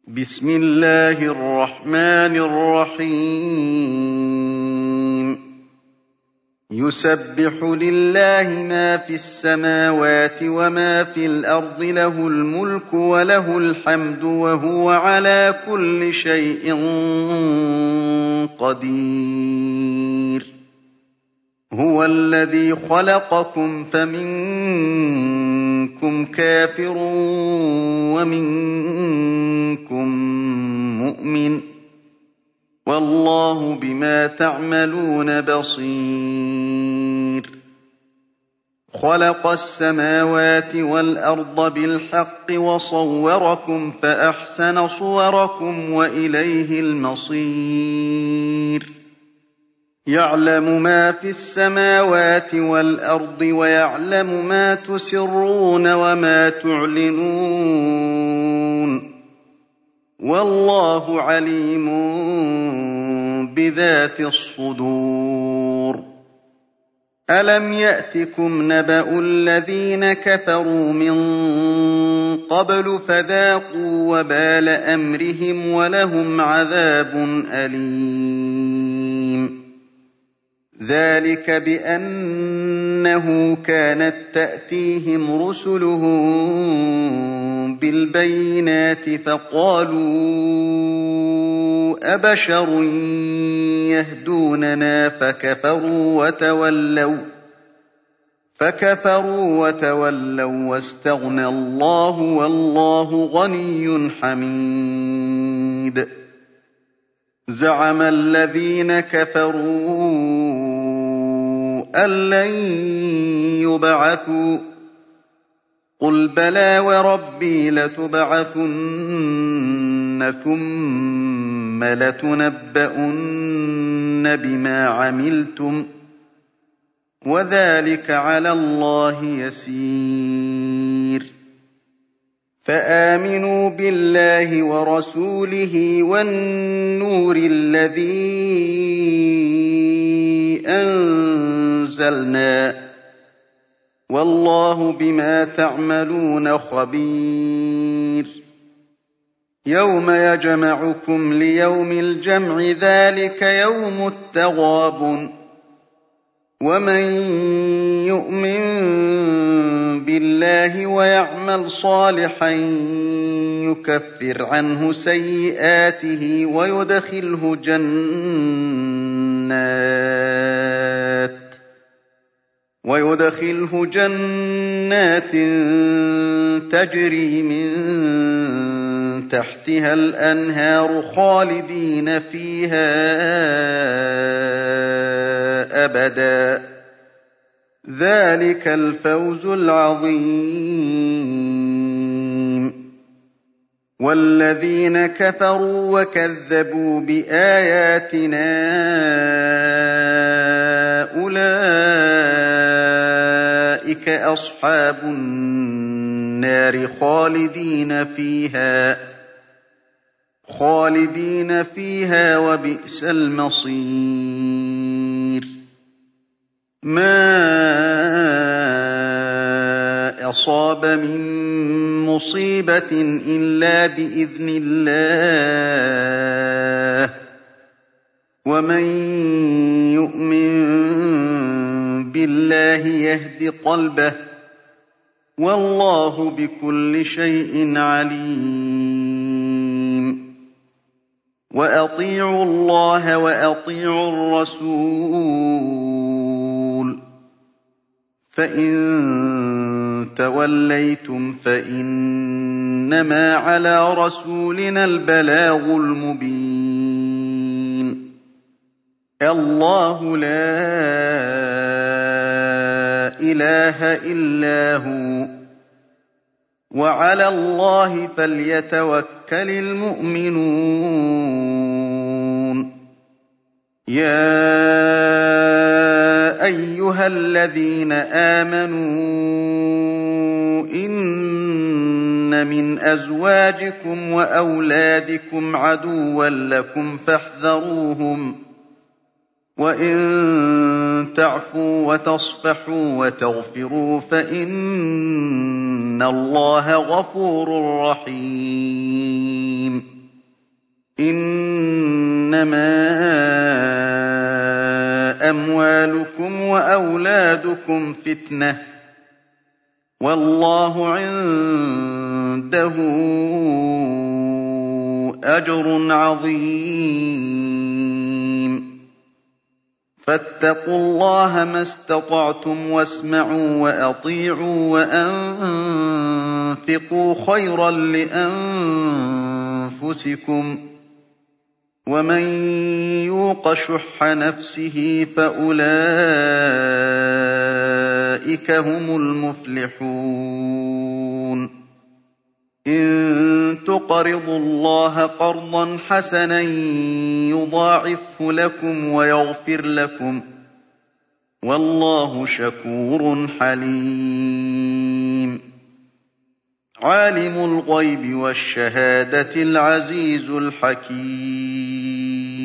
بسم الله الرحمن الرحيم يسبح لله ما في السماوات وما في الأرض له الملك وله الحمد وهو على كل شيء قدير هو الذي خلقكم فمنكم كافر ومنكم مؤمن والله بما تعملون بصير خلق السماوات والأرض بالحق وصوركم فأحسن صوركم وإليه المصير يعلم ما في السماوات والأرض ويعلم ما تسرون وما تعلنون والله عليم بذات الصدور ألم يأتكم نبأ الذين كفروا من قبل فذاقوا وبال أمرهم ولهم عذاب أليم ذلك بأنه كانت تأتيهم رسلهم بالبينات فقالوا أبشر يهدوننا فكفروا وتولوا واستغنى الله والله غني حميد زعم الذين كفروا أن لن يبعثوا قل بلى وربي لتبعثن ثم لتنبؤن بما عملتم وذلك على الله يسير فآمنوا بالله ورسوله والنور الذي أنزلنا والله بما تعملون خبير يوم يجمعكم ليوم الجمع ذلك يوم التغابن ومن يؤمن بالله ويعمل صالحا يكفر عنه سيئاته ويدخله جنات تجري من تحتها الأنهار خالدين فيها أبدا ذلك الفوز العظيم والذين كفروا وكذبوا بآياتنا أولئك أصحاب النار خالدين فيها وبئس المصير ما أصاب من مصيبة إلا بإذن الله ومن يؤمن بالله يهد قلبه والله بكل شيء عليم وأطيعوا الله وأطيعوا الرسول فإن توليتم فإنما على رسولنا البلاغ المبين الله لا إله إلا هو وعلى الله فليتوكل المؤمنون يا أيها الذين آمنوا إن من أزواجكم وأولادكم عدوا لكم فاحذروهم وإن تعفوا وتصفحوا وتغفروا فإن الله غفور رحيم إِنَّمَا أَمْوَالُكُمْ وَأَوْلَادُكُمْ فِتْنَةٌ ۚ وَاللَّهُ عِندَهُ أَجْرٌ عَظِيمٌ فَاتَّقُوا اللَّهَ مَا اسْتَطَعْتُمْ وَاسْمَعُوا وَأَطِيعُوا وَأَنفِقُوا خَيْرًا لِّأَنفُسِكُمْ ۗ وَمَن يُوقَ شُحَّ نَفْسِهِ فَأُولَٰئِكَ هُمُ الْمُفْلِحُونَ إِن تُقْرِضُوا اللَّهَ قَرْضًا حَسَنًا يُضَاعِفْهُ لَكُمْ وَيَغْفِرْ لَكُمْ ۚ وَاللَّهُ شَكُورٌ حَلِيمٌ عَالِمُ الْغَيْبِ وَالشَّهَادَةِ الْعَزِيزُ الْحَكِيمُ